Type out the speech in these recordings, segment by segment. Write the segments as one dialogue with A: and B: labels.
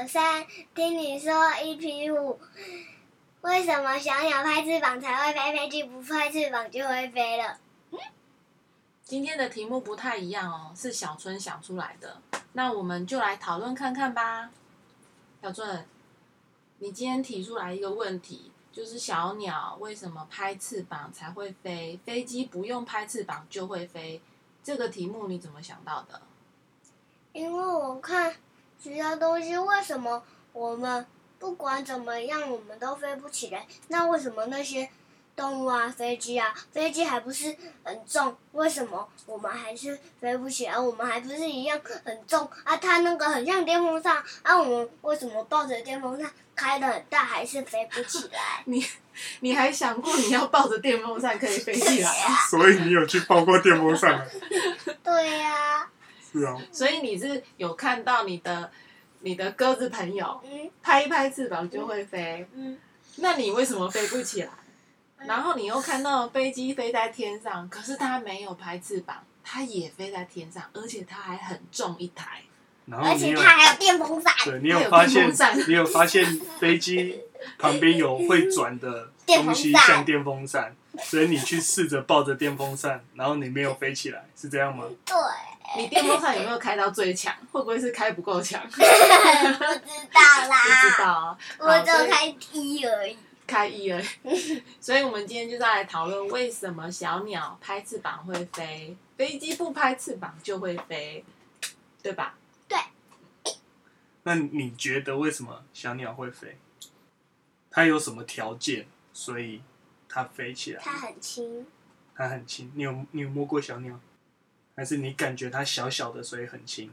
A: 3，听你说1匹5。为什么小鸟拍翅膀才会飞，飞机不拍翅膀就会飞了？
B: 今天的题目不太一样哦，是小春想出来的。那我们就来讨论看看吧。小春，你今天提出来一个问题，就是小鸟为什么拍翅膀才会飞，飞机不用拍翅膀就会飞？这个题目你怎么想到的？
A: 因为我看其他东西，为什么我们不管怎么样，我们都飞不起来？那为什么那些动物啊、飞机还不是很重，为什么我们还是飞不起来？我们还不是一样很重啊？它那个很像电风扇啊，我们为什么抱着电风扇开得很大，还是飞不起来？
B: 你还想过你要抱着电风扇可以飞起来啊？
C: 所以你有去抱过电风扇吗？
A: 对呀、
C: 是啊。
B: 所以你是有看到你的鸽子朋友拍一拍翅膀就会飞，那你为什么飞不起来？然后你又看到飞机飞在天上，可是它没有拍翅膀，它也飞在天上，而且它还很重一台，
A: 而且它还有电风扇。
C: 对，你有发现飞机旁边有会转的东西像电风扇，所以你去试着抱着电风扇，然后你没有飞起来，是这样吗？
A: 对。
B: 你电风扇有没有开到最强？会不会是开不够强？
A: 不知道啦，
B: 不知道啊，
A: 我只有开1而已。
B: 开1而已。所以我们今天就在来讨论为什么小鸟拍翅膀会飞，飞机不拍翅膀就会飞，对吧？
A: 对。
C: 那你觉得为什么小鸟会飞？它有什么条件，所以它飞起来？
A: 它很轻。
C: 它很轻。你有摸过小鸟？还是你感觉它小小的，所以很轻？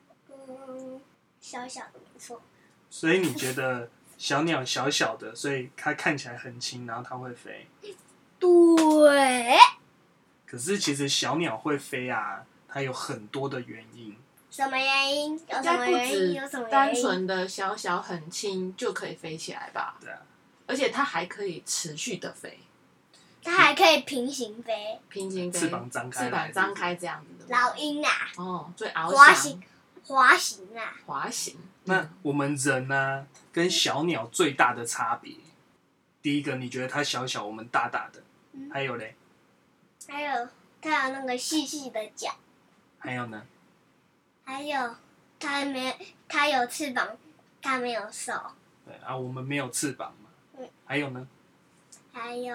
A: 小小的没错。
C: 所以你觉得小鸟小小的，所以它看起来很轻，然后它会飞？
A: 对。
C: 可是其实小鸟会飞啊，它有很多的原因。
A: 什么原因？
B: 应该不止单纯的小小很轻就可以飞起来吧？
C: 对啊。
B: 而且它还可以持续的飞。
A: 它还可以平行飞。
B: 平行飞。
C: 翅膀张开。
B: 翅膀张开这样子的。
A: 老鹰啊。
B: 哦，最翱翔。
A: 滑行啊。
B: 滑行。
C: 那我们人啊，跟小鸟最大的差别，第一个你觉得它小小，我们大大的，还有嘞？
A: 还有它有那个细细的脚。
C: 还有呢？
A: 还有它有翅膀，它没有手。
C: 对啊，我们没有翅膀嘛。还有呢？
A: 还有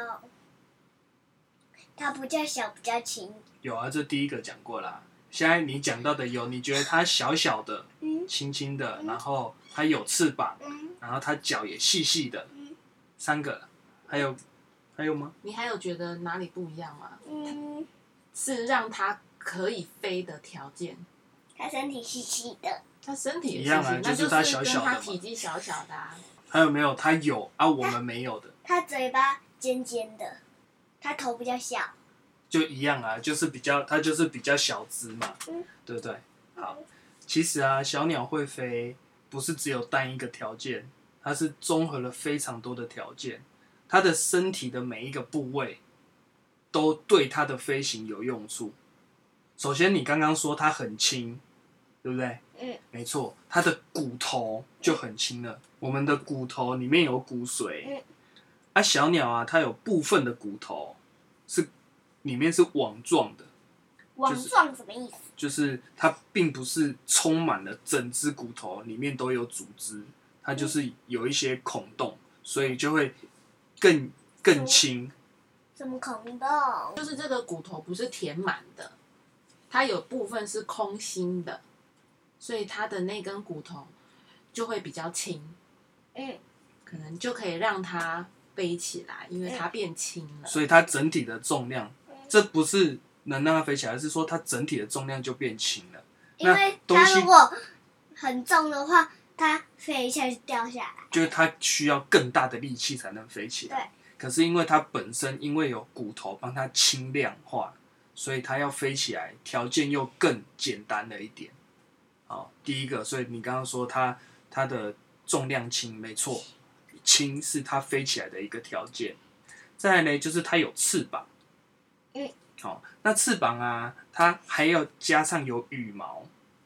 A: 它比较小，比较轻。
C: 有啊，这第一个讲过啦。现在你讲到的有，你觉得它小小的、轻轻的，然后它有翅膀，然后它脚也细细的，3个了。还有吗？
B: 你还有觉得哪里不一样吗？是让它可以飞的条件。
A: 它身体细细的。
B: 它身体
C: 一样啊，
B: 就是
C: 它小小的嘛。
B: 跟它体积小小的啊。
C: 还有没有？它有啊，我们没有的。
A: 它嘴巴尖尖的，它头比较小。
C: 就一样啊，它就是比较小只嘛，对不对？好，其实啊，小鸟会飞不是只有单一个条件，它是综合了非常多的条件，它的身体的每一个部位都对它的飞行有用处。首先，你刚刚说它很轻，对不对？没错，它的骨头就很轻了。我们的骨头里面有骨髓，小鸟啊，它有部分的骨头是里面是网状的。
A: 网状什么意思？
C: 就是它并不是充满了整只骨头，里面都有组织，它就是有一些孔洞，所以就会更轻。
A: 什么孔洞？
B: 就是这个骨头不是填满的，它有部分是空心的，所以它的那根骨头就会比较轻。可能就可以让它飞起来，因为它变轻了。
C: 所以它整体的重量，这不是能让它飞起来，而是说它整体的重量就变轻了。
A: 因为它如果很重的话，它飞一下就掉下来。
C: 就是它需要更大的力气才能飞起来。
A: 对。
C: 可是因为它本身因为有骨头帮它轻量化，所以它要飞起来条件又更简单了一点。好，第一个，所以你刚刚说它的重量轻，没错，轻是它飞起来的一个条件。再来呢，就是它有翅膀。好，那翅膀啊，它还要加上有羽毛。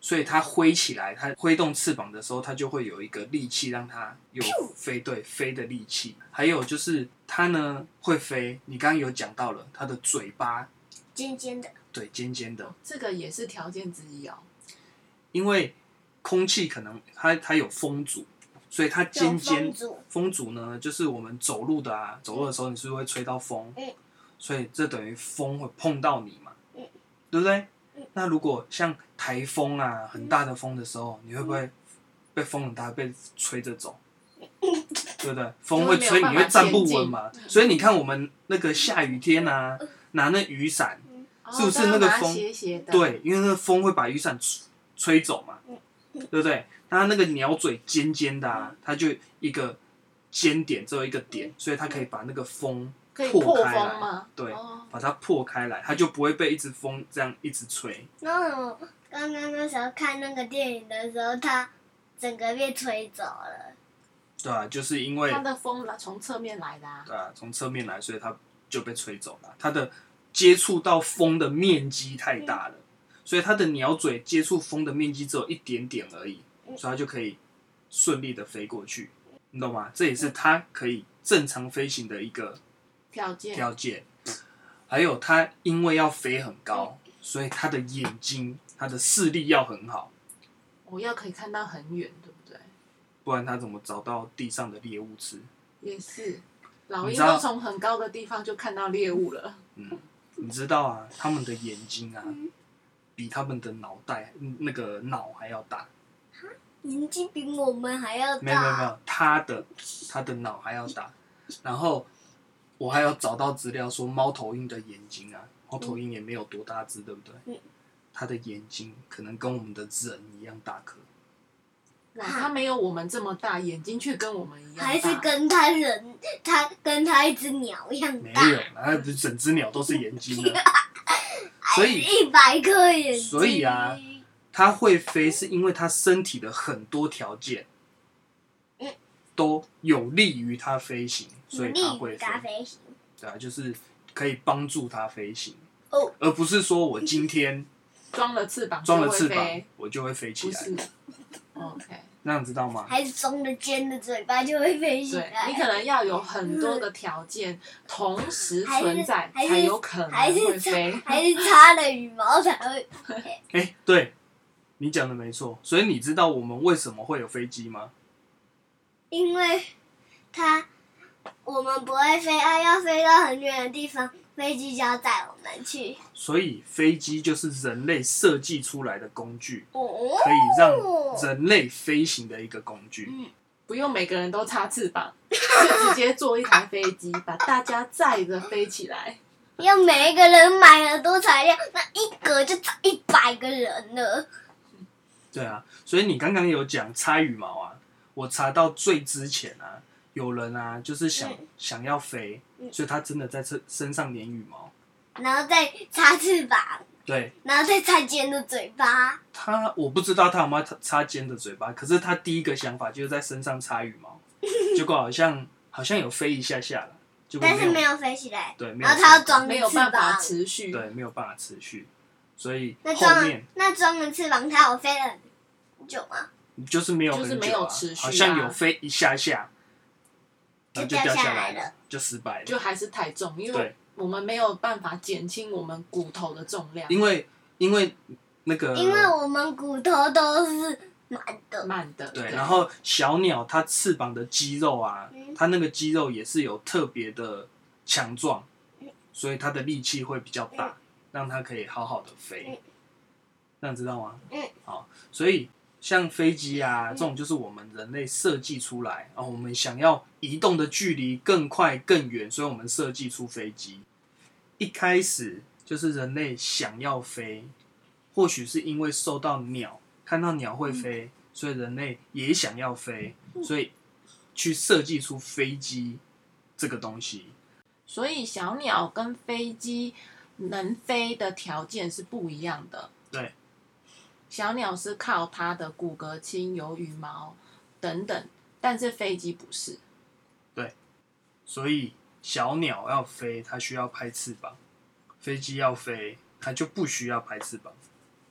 C: 所以它挥起来，它挥动翅膀的时候，它就会有一个力气，让它有飞的力气。还有就是它呢会飞，你刚刚有讲到了，它的嘴巴
A: 尖尖的，
C: 对，尖尖的，
B: 这个也是条件之一哦。
C: 因为空气可能它有风阻，所以它尖尖。
A: 有风阻
C: 风阻呢，就是我们走路的啊，走路的时候你是不是会吹到风？所以这等于风会碰到你嘛，对不对？那如果像台风啊，很大的风的时候，你会不会被风很大被吹着走？对不对？风会吹，你会站不稳嘛。所以你看我们那个下雨天啊，拿那雨伞，是不是那个风？
B: 斜斜的
C: 对，因为那个风会把雨伞吹走嘛，对不对？那它那个鸟嘴尖尖的啊，它就一个尖点，只有一个点，所以它可以把那个风破开来，
B: 吗？
C: 对，把它破开来，它就不会被一直风这样一直吹。
A: 那我刚刚那时候看那个电影的时候，它整个被吹走了。
C: 对啊，就是因为
B: 它的风从侧面来的啊。
C: 对啊，从侧面来，所以它就被吹走了。它的接触到风的面积太大了，所以它的鸟嘴接触风的面积只有一点点而已，所以它就可以顺利的飞过去，你懂吗？这也是它可以正常飞行的一个条件。还有它因为要飞很高，所以它的眼睛、它的视力要很好。
B: 我要可以看到很远，对不对？
C: 不然它怎么找到地上的猎物吃？
B: 也是，老鹰都从很高的地方就看到猎物了。
C: 你知道啊，他们的眼睛啊，比他们的脑袋那个脑还要大。
A: 眼睛比我们还要大。
C: 没有，他的脑还要大。然后我还要找到资料说，猫头鹰的眼睛啊，猫头鹰也没有多大只，对不对？它的眼睛可能跟我们的人一样大颗。
B: 哇，它没有我们这么大，眼睛却跟我们一样大。
A: 还是跟它跟它一只鸟一样大。
C: 没有，那不是整只鸟都是眼睛的。所以
A: 100颗眼睛。
C: 所以啊，它会飞是因为它身体的很多条件，都有利于它飞行，所以它会飞。对啊，就是可以帮助它飞行，而不是说我今天
B: 装了翅膀
C: 我就会飞起来。
B: 不是 ，OK。
C: 那样知道吗？
A: 还是装了尖的嘴巴就会飞起来。
B: 对，你可能要有很多个条件同时存在，才有可能会飞。
A: 还是插了羽毛才会飞。
C: 对，你讲的没错。所以你知道我们为什么会有飞机吗？
A: 因为我们不会飞啊，要飞到很远的地方，飞机就要载我们去。
C: 所以飞机就是人类设计出来的工具，
A: 可
C: 可以让人类飞行的一个工具。
B: 不用每个人都插翅膀，就直接坐一台飞机，把大家载着飞起来。
A: 要每一个人买很多材料，那一格就载100个人了。
C: 对啊，所以你刚刚有讲插羽毛啊，我查到最之前啊，有人啊就是想要飞，所以他真的在身上粘羽毛，
A: 然后再插翅膀，
C: 对，
A: 然后再插尖的嘴巴。
C: 我不知道他有没有插尖的嘴巴，可是他第一个想法就是在身上插羽毛，结果好像有飞一下下了，
A: 但是没有飞起来。
C: 对，
A: 然后他要装
B: 没有办法持续，
C: 对，没有办法持续，所以
A: 那
C: 后面
A: 装了翅膀，它有飞了很久吗？
C: 就是没有很久啊，
B: 就是没有持续啊，
C: 好像有飞一下下，然后就掉下
A: 来
C: 了，就失败了，
B: 就还是太重，因为我们没有办法减轻我们骨头的重量，
C: 因为那个，
A: 因为我们骨头都是
B: 慢的，
C: 对，然后小鸟它翅膀的肌肉啊，它那个肌肉也是有特别的强壮，所以它的力气会比较大，让它可以好好的飞，这样知道吗？好，所以像飞机啊，这种就是我们人类设计出来，我们想要移动的距离更快更远，所以我们设计出飞机。一开始就是人类想要飞，或许是因为受到看到鸟会飞，所以人类也想要飞，所以去设计出飞机这个东西。
B: 所以小鸟跟飞机能飞的条件是不一样的。
C: 对，
B: 小鸟是靠它的骨骼轻、有羽毛等等，但是飞机不是。
C: 对，所以小鸟要飞，它需要拍翅膀；飞机要飞，它就不需要拍翅膀。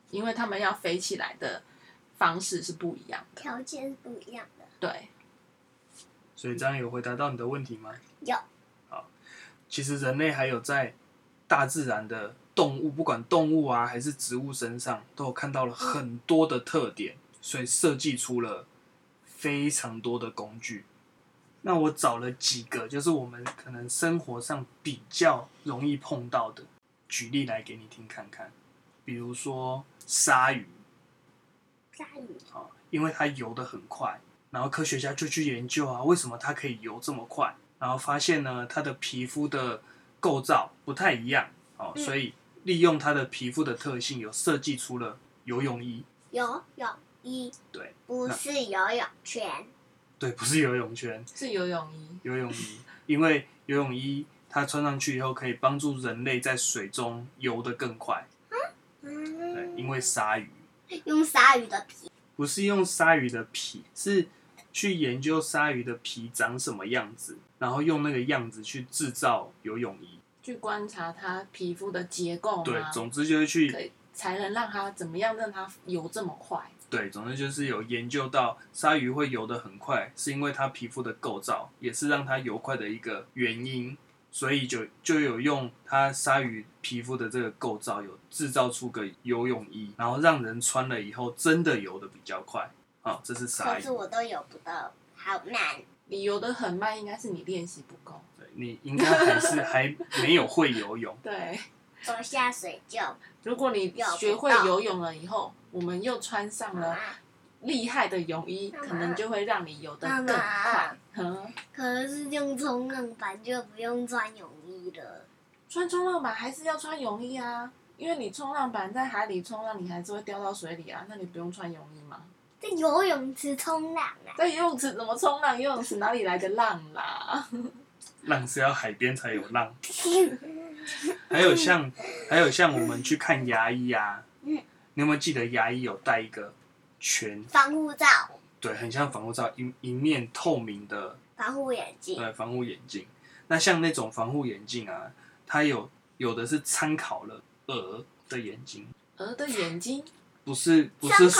B: 因为他们要飞起来的方式是不一样的。
A: 条件是不一样的。
B: 对，
C: 所以这样有回答到你的问题吗？
A: 有。
C: 好，其实人类还有在大自然的动物，不管动物啊还是植物身上，都有看到了很多的特点，所以设计出了非常多的工具。那我找了几个，就是我们可能生活上比较容易碰到的，举例来给你听看看。比如说鲨鱼，
A: 鲨鱼。
C: 因为它游得很快，然后科学家就去研究啊，为什么它可以游这么快？然后发现呢，它的皮肤的构造不太一样，所以利用它的皮肤的特性，有设计出了游泳衣。
A: 游泳衣。
C: 对，
A: 不是游泳圈。
C: 对，不是游泳圈，
B: 是游泳衣。
C: 游泳衣，因为游泳衣它穿上去以后，可以帮助人类在水中游得更快。对，因为鲨鱼。
A: 用鲨鱼的皮。
C: 不是用鲨鱼的皮，是去研究鲨鱼的皮长什么样子，然后用那个样子去制造游泳衣。
B: 去观察它皮肤的结构吗？
C: 对，总之就是去
B: 可以才能让它怎么样让它游这么快。
C: 对，总之就是有研究到鲨鱼会游得很快，是因为它皮肤的构造，也是让它游快的一个原因。所以就有用它鲨鱼皮肤的这个构造，有制造出个游泳衣，然后让人穿了以后真的游得比较快。这是鲨鱼。
A: 可是我都游不到，好难。
B: 你游得很慢，应该是你练习不够。
C: 对，你应该还没有会游泳。
B: 对。
A: 走下水就。
B: 如果你学会游泳了以后，我们又穿上了厉害的泳衣，可能就会让你游得更快。
A: 可是用冲浪板就不用穿泳衣了。
B: 穿冲浪板还是要穿泳衣啊，因为你冲浪板在海里冲浪，你还是会掉到水里啊，那你不用穿泳衣吗？
A: 在游泳池冲浪啊。
B: 在游泳池怎么冲浪？游泳池哪里来的浪啦？
C: 浪是要海边才有浪。还有像我们去看牙医啊，你有没有记得牙医有戴一个
A: 防护罩？
C: 对，很像防护罩，一面透明的
A: 防护眼镜。
C: 对，防护眼镜。那像那种防护眼镜啊，它有的是参考了鹅的眼睛。
B: 鹅的眼睛？
C: 不是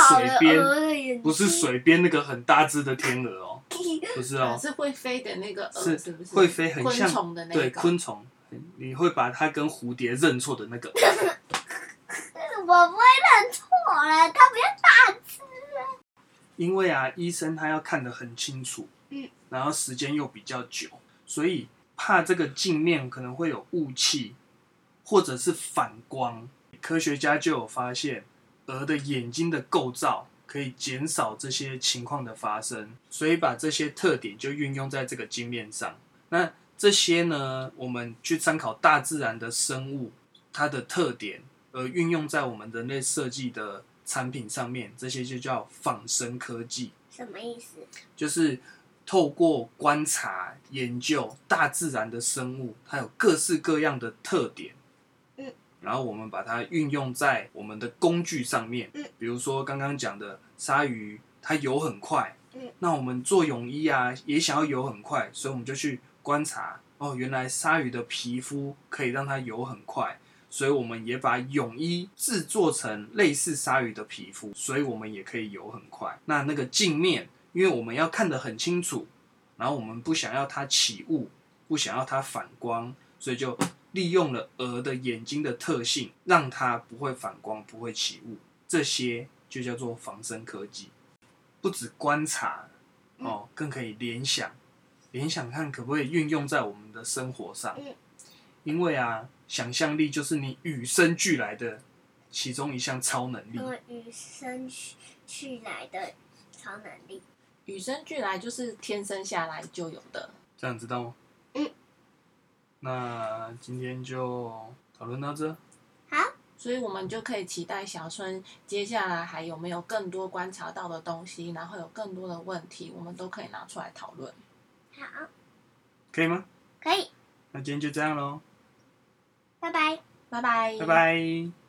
C: 水边那个很大只的天鹅哦，不是哦，
B: 是会飞的那个鹅，是不是？
C: 会飞，很像
B: 昆虫的那个。
C: 对，昆虫，你会把它跟蝴蝶认错的那个。
A: 我不会认错了，它比较大只。
C: 因为啊，医生他要看得很清楚，然后时间又比较久，所以怕这个镜面可能会有雾气，或者是反光。科学家就有发现，鹅的眼睛的构造可以减少这些情况的发生，所以把这些特点就运用在这个镜面上。那这些呢，我们去参考大自然的生物它的特点，而运用在我们人类设计的产品上面，这些就叫仿生科技。
A: 什么意思？
C: 就是透过观察研究大自然的生物，它有各式各样的特点，然后我们把它运用在我们的工具上面，比如说刚刚讲的鲨鱼，它游很快，那我们做泳衣啊，也想要游很快，所以我们就去观察，原来鲨鱼的皮肤可以让它游很快，所以我们也把泳衣制作成类似鲨鱼的皮肤，所以我们也可以游很快。那个镜面，因为我们要看得很清楚，然后我们不想要它起雾，不想要它反光，所以就利用了鹅的眼睛的特性，让它不会反光，不会起雾。这些就叫做仿生科技。不止观察，更可以联想看可不可以运用在我们的生活上。因为啊，想象力就是你与生俱来的其中一项超能力。
A: 与生俱来的超能力。
B: 与生俱来就是天生下来就有的。
C: 这样知道吗？那今天就讨论到这。
A: 好。
B: 所以我们就可以期待小春接下来还有没有更多观察到的东西，然后有更多的问题，我们都可以拿出来讨论。
A: 好。
C: 可以吗？
A: 可以。
C: 那今天就这样咯。
A: 拜拜。
B: 拜拜。
C: 拜拜。